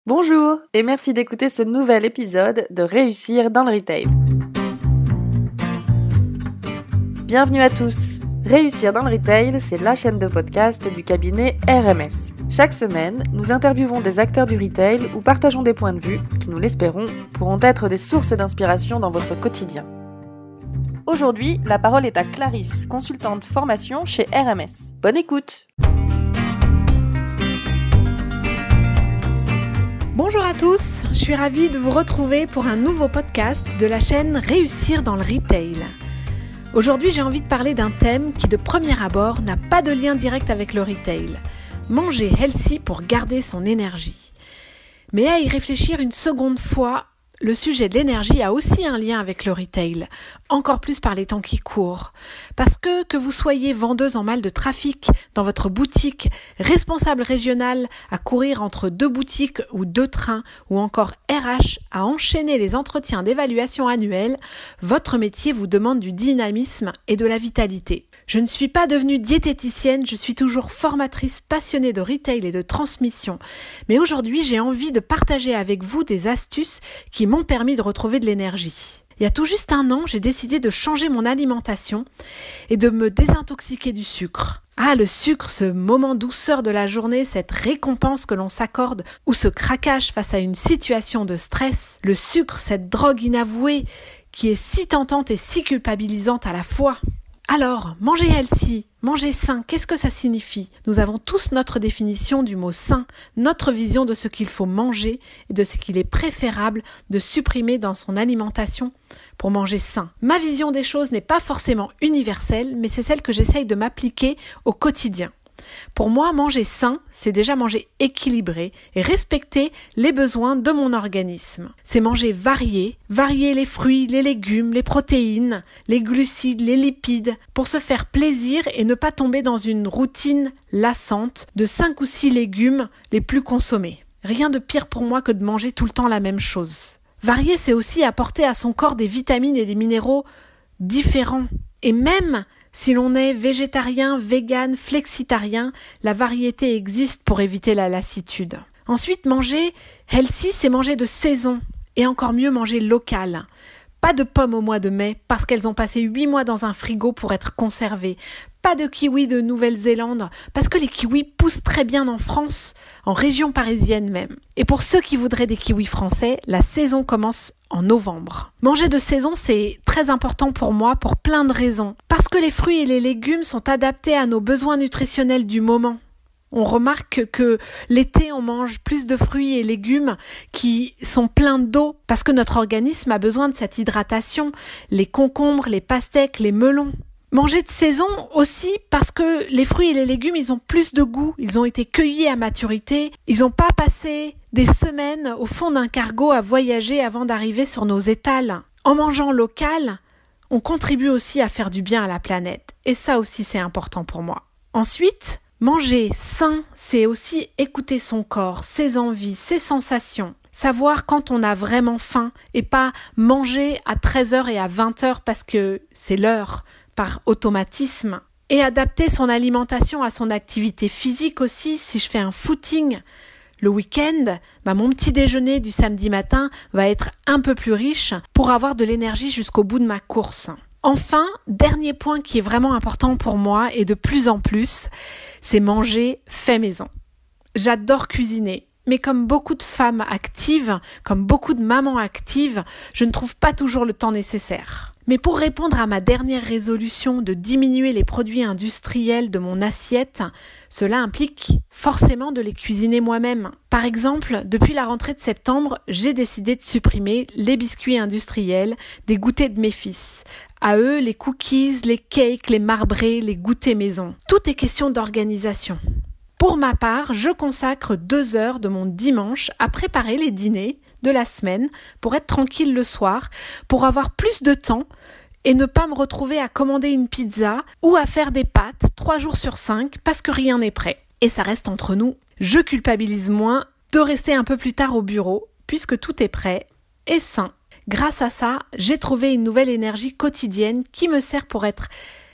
Bonjour et merci d'écouter ce nouvel épisode de Réussir dans le Retail. Bienvenue à tous. Réussir dans le Retail, c'est la chaîne de podcast du cabinet RMS. Chaque semaine, nous interviewons des acteurs du retail ou partageons des points de vue qui, nous l'espérons, pourront être des sources d'inspiration dans votre quotidien. Aujourd'hui, la parole est à Clarisse, consultante formation chez RMS. Bonne écoute! Bonjour à tous, je suis ravie de vous retrouver pour un nouveau podcast de la chaîne Réussir dans le Retail. Aujourd'hui, j'ai envie de parler d'un thème qui de premier abord n'a pas de lien direct avec le retail. Manger healthy pour garder son énergie. Mais à y réfléchir une seconde fois, le sujet de l'énergie a aussi un lien avec le retail, encore plus par les temps qui courent. Parce que vous soyez vendeuse en mal de trafic dans votre boutique, responsable régional à courir entre 2 boutiques ou 2 trains, ou encore RH à enchaîner les entretiens d'évaluation annuelle, votre métier vous demande du dynamisme et de la vitalité. Je ne suis pas devenue diététicienne, je suis toujours formatrice passionnée de retail et de transmission. Mais aujourd'hui, j'ai envie de partager avec vous des astuces qui m'ont permis de retrouver de l'énergie. Il y a tout juste 1 an, j'ai décidé de changer mon alimentation et de me désintoxiquer du sucre. Ah, le sucre, ce moment douceur de la journée, cette récompense que l'on s'accorde ou ce craquage face à une situation de stress. Le sucre, cette drogue inavouée qui est si tentante et si culpabilisante à la fois. Alors, manger healthy, manger sain, qu'est-ce que ça signifie ? Nous avons tous notre définition du mot sain, notre vision de ce qu'il faut manger et de ce qu'il est préférable de supprimer dans son alimentation pour manger sain. Ma vision des choses n'est pas forcément universelle, mais c'est celle que j'essaye de m'appliquer au quotidien. Pour moi, manger sain, c'est déjà manger équilibré et respecter les besoins de mon organisme. C'est manger varié les fruits, les légumes, les protéines, les glucides, les lipides, pour se faire plaisir et ne pas tomber dans une routine lassante de 5 ou 6 légumes les plus consommés. Rien de pire pour moi que de manger tout le temps la même chose. Varier, c'est aussi apporter à son corps des vitamines et des minéraux différents. Et même si l'on est végétarien, vegan, flexitarien, la variété existe pour éviter la lassitude. Ensuite, manger healthy, c'est manger de saison et encore mieux manger local. Pas de pommes au mois de mai parce qu'elles ont passé 8 mois dans un frigo pour être conservées. Pas de kiwis de Nouvelle-Zélande parce que les kiwis poussent très bien en France, en région parisienne même. Et pour ceux qui voudraient des kiwis français, la saison commence en novembre. Manger de saison, c'est très important pour moi pour plein de raisons. Parce que les fruits et les légumes sont adaptés à nos besoins nutritionnels du moment. On remarque que l'été, on mange plus de fruits et légumes qui sont pleins d'eau parce que notre organisme a besoin de cette hydratation. Les concombres, les pastèques, les melons. Manger de saison aussi parce que les fruits et les légumes, ils ont plus de goût. Ils ont été cueillis à maturité. Ils n'ont pas passé des semaines au fond d'un cargo à voyager avant d'arriver sur nos étals. En mangeant local, on contribue aussi à faire du bien à la planète. Et ça aussi, c'est important pour moi. Ensuite, manger sain, c'est aussi écouter son corps, ses envies, ses sensations. Savoir quand on a vraiment faim et pas manger à 13h et à 20h parce que c'est l'heure par automatisme. Et adapter son alimentation à son activité physique aussi. Si je fais un footing le week-end, mon petit déjeuner du samedi matin va être un peu plus riche pour avoir de l'énergie jusqu'au bout de ma course. Enfin, dernier point qui est vraiment important pour moi et de plus en plus, c'est manger fait maison. J'adore cuisiner, mais comme beaucoup de femmes actives, comme beaucoup de mamans actives, je ne trouve pas toujours le temps nécessaire. Mais pour répondre à ma dernière résolution de diminuer les produits industriels de mon assiette, cela implique forcément de les cuisiner moi-même. Par exemple, depuis la rentrée de septembre, j'ai décidé de supprimer les biscuits industriels des goûters de mes fils. À eux, les cookies, les cakes, les marbrés, les goûters maison. Tout est question d'organisation. Pour ma part, je consacre 2 heures de mon dimanche à préparer les dîners de la semaine pour être tranquille le soir, pour avoir plus de temps et ne pas me retrouver à commander une pizza ou à faire des pâtes 3 jours sur 5 parce que rien n'est prêt. Et ça reste entre nous. Je culpabilise moins de rester un peu plus tard au bureau puisque tout est prêt et sain. Grâce à ça, j'ai trouvé une nouvelle énergie quotidienne qui me sert pour être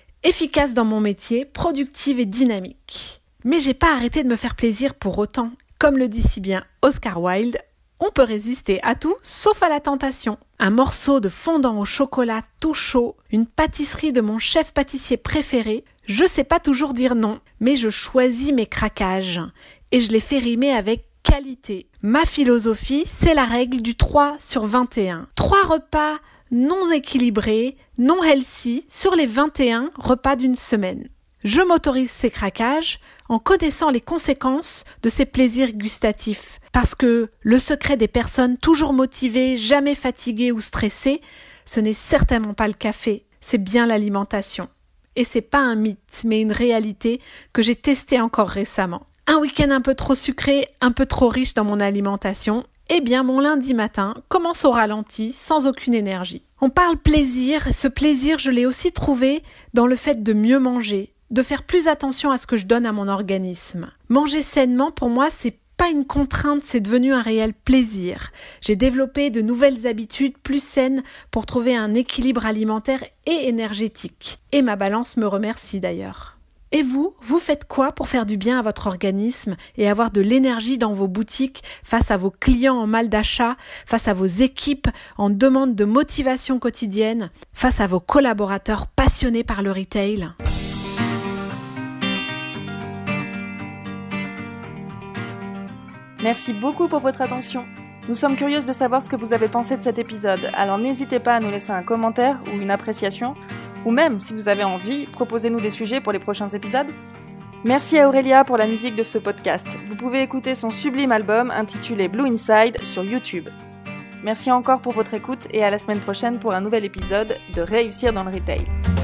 efficace dans mon métier, productive et dynamique. Mais j'ai pas arrêté de me faire plaisir pour autant. Comme le dit si bien Oscar Wilde, on peut résister à tout sauf à la tentation. Un morceau de fondant au chocolat tout chaud, une pâtisserie de mon chef pâtissier préféré, je sais pas toujours dire non, mais je choisis mes craquages et je les fais rimer avec qualité. Ma philosophie, c'est la règle du 3/21. 3 repas non équilibrés, non healthy sur les 21 repas d'une semaine. Je m'autorise ces craquages en connaissant les conséquences de ces plaisirs gustatifs. Parce que le secret des personnes toujours motivées, jamais fatiguées ou stressées, ce n'est certainement pas le café, c'est bien l'alimentation. Et c'est pas un mythe, mais une réalité que j'ai testée encore récemment. Un week-end un peu trop sucré, un peu trop riche dans mon alimentation, eh bien mon lundi matin commence au ralenti, sans aucune énergie. On parle plaisir, et ce plaisir je l'ai aussi trouvé dans le fait de mieux manger, de faire plus attention à ce que je donne à mon organisme. Manger sainement, pour moi, c'est pas une contrainte, c'est devenu un réel plaisir. J'ai développé de nouvelles habitudes plus saines pour trouver un équilibre alimentaire et énergétique. Et ma balance me remercie d'ailleurs. Et vous faites quoi pour faire du bien à votre organisme et avoir de l'énergie dans vos boutiques face à vos clients en mal d'achat, face à vos équipes en demande de motivation quotidienne, face à vos collaborateurs passionnés par le retail ? Merci beaucoup pour votre attention. Nous sommes curieuses de savoir ce que vous avez pensé de cet épisode, alors n'hésitez pas à nous laisser un commentaire ou une appréciation, ou même, si vous avez envie, proposez-nous des sujets pour les prochains épisodes. Merci à Aurélia pour la musique de ce podcast. Vous pouvez écouter son sublime album intitulé Blue Inside sur YouTube. Merci encore pour votre écoute et à la semaine prochaine pour un nouvel épisode de Réussir dans le Retail.